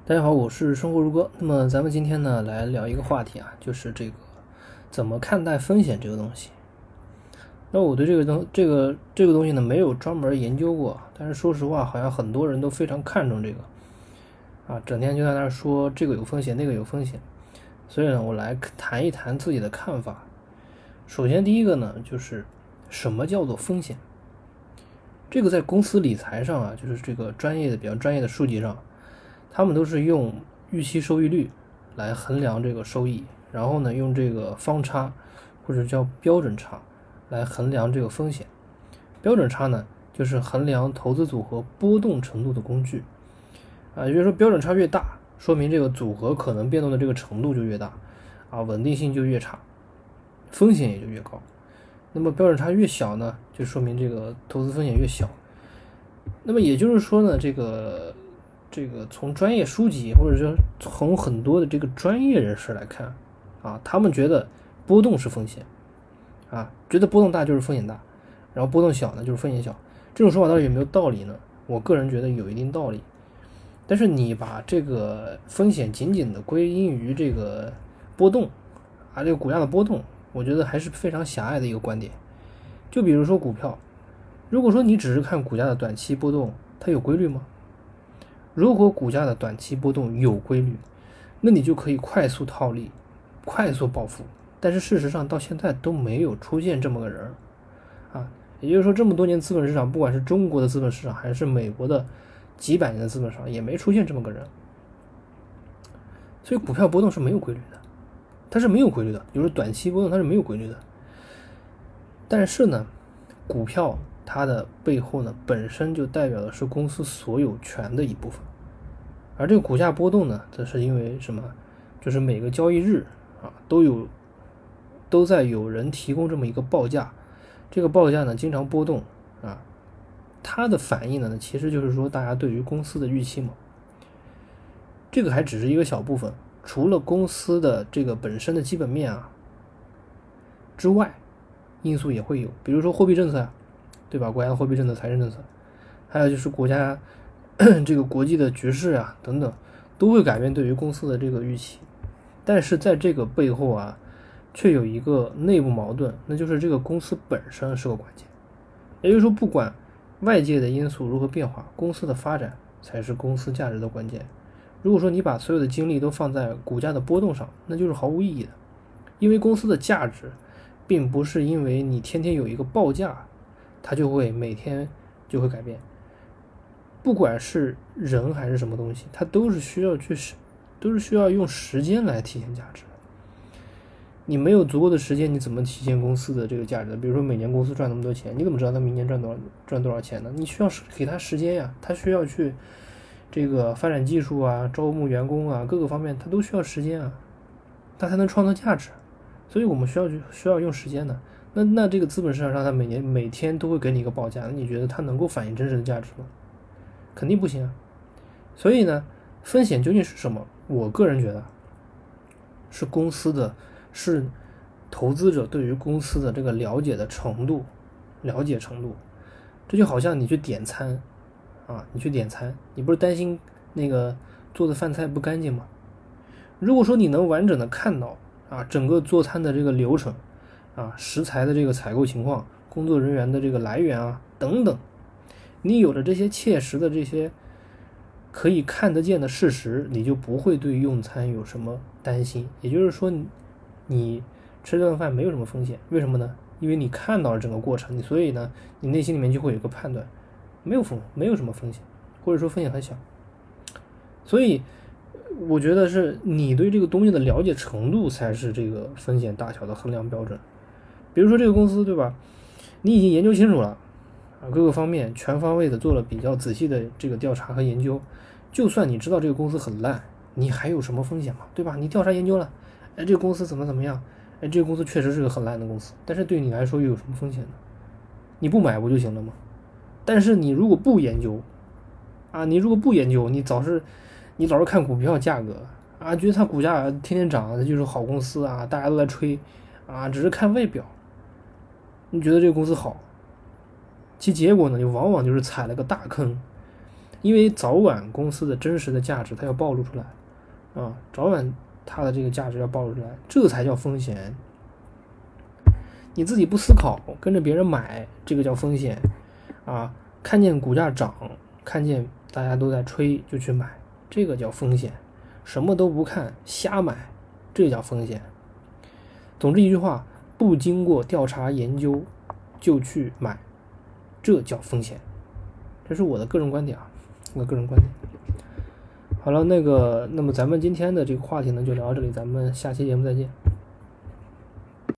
大家好，我是生活如歌。那么咱们今天呢来聊一个话题啊，就是这个怎么看待风险这个东西。那我对这个东西呢没有专门研究过，但是说实话，好像很多人都非常看重这个啊，整天就在那说这个有风险，那个有风险。所以呢，我来谈一谈自己的看法。首先第一个呢，就是什么叫做风险？这个在公司理财上啊，就是这个比较专业的书籍上，他们都是用预期收益率来衡量这个收益，然后呢用这个方差或者叫标准差来衡量这个风险。标准差呢就是衡量投资组合波动程度的工具啊，也就是说标准差越大，说明这个组合可能变动的这个程度就越大啊，稳定性就越差，风险也就越高。那么标准差越小呢，就说明这个投资风险越小。那么也就是说呢，这个从专业书籍或者说从很多的这个专业人士来看啊，他们觉得波动是风险啊，觉得波动大就是风险大，然后波动小呢就是风险小。这种说法到底有没有道理呢？我个人觉得有一定道理。但是你把这个风险仅仅的归因于这个波动啊，这个股价的波动，我觉得还是非常狭隘的一个观点。就比如说股票，如果说你只是看股价的短期波动，它有规律吗？如果股价的短期波动有规律，那你就可以快速套利，快速暴富。但是事实上到现在都没有出现这么个人啊，也就是说这么多年资本市场，不管是中国的资本市场还是美国的几百年的资本市场，也没出现这么个人。所以股票波动是没有规律的，它是没有规律的，比如说短期波动它是没有规律的。但是呢，股票它的背后呢本身就代表的是公司所有权的一部分，而这个股价波动呢，则是因为什么？就是每个交易日啊都在有人提供这么一个报价，这个报价呢经常波动啊，它的反映呢其实就是说大家对于公司的预期嘛。这个还只是一个小部分，除了公司的这个本身的基本面啊之外，因素也会有，比如说货币政策啊，对吧？国家的货币政策、财政政策，还有就是国家这个国际的局势啊等等，都会改变对于公司的这个预期。但是在这个背后啊，却有一个内部矛盾，那就是这个公司本身是个关键。也就是说，不管外界的因素如何变化，公司的发展才是公司价值的关键。如果说你把所有的精力都放在股价的波动上，那就是毫无意义的。因为公司的价值并不是因为你天天有一个报价，它就会每天就会改变。不管是人还是什么东西，它都是需要用时间来体现价值的。你没有足够的时间，你怎么体现公司的这个价值？比如说每年公司赚那么多钱，你怎么知道它明年赚多少钱呢？你需要给它时间呀，它需要去这个发展技术啊，招募员工啊，各个方面它都需要时间啊，它才能创造价值。所以我们需要用时间的。那这个资本市场上，它每天都会给你一个报价，你觉得它能够反映真实的价值吗？肯定不行啊。所以呢，风险究竟是什么？我个人觉得是投资者对于公司的这个了解程度。这就好像你去点餐啊，你不是担心那个做的饭菜不干净吗？如果说你能完整的看到啊整个做餐的这个流程啊，食材的这个采购情况，工作人员的这个来源啊等等，你有了这些切实的这些可以看得见的事实，你就不会对用餐有什么担心。也就是说你吃这顿饭没有什么风险。为什么呢？因为你看到了整个过程，所以呢你内心里面就会有一个判断，没有什么风险，或者说风险很小。所以我觉得是你对这个东西的了解程度才是这个风险大小的衡量标准。比如说这个公司，对吧？你已经研究清楚了啊，各个方面全方位的做了比较仔细的这个调查和研究，就算你知道这个公司很烂，你还有什么风险吗？对吧？你调查研究了，哎，这个公司怎么样？哎，这个公司确实是个很烂的公司，但是对你来说又有什么风险呢？你不买不就行了吗？但是你如果不研究啊，你老是看股票价格啊，觉得它股价天天涨，它就是好公司啊，大家都在吹啊，只是看外表，你觉得这个公司好，其结果呢，就往往就是踩了个大坑。 因为早晚公司的真实的价值它要暴露出来啊，早晚它的这个价值要暴露出来，这才叫风险。你自己不思考，跟着别人买，这个叫风险啊。看见股价涨，看见大家都在吹就去买，这个叫风险。什么都不看瞎买，这叫风险。总之一句话，不经过调查研究就去买，这叫风险。这是我的个人观点啊，我的个人观点。好了，那么咱们今天的这个话题呢就聊到这里，咱们下期节目再见。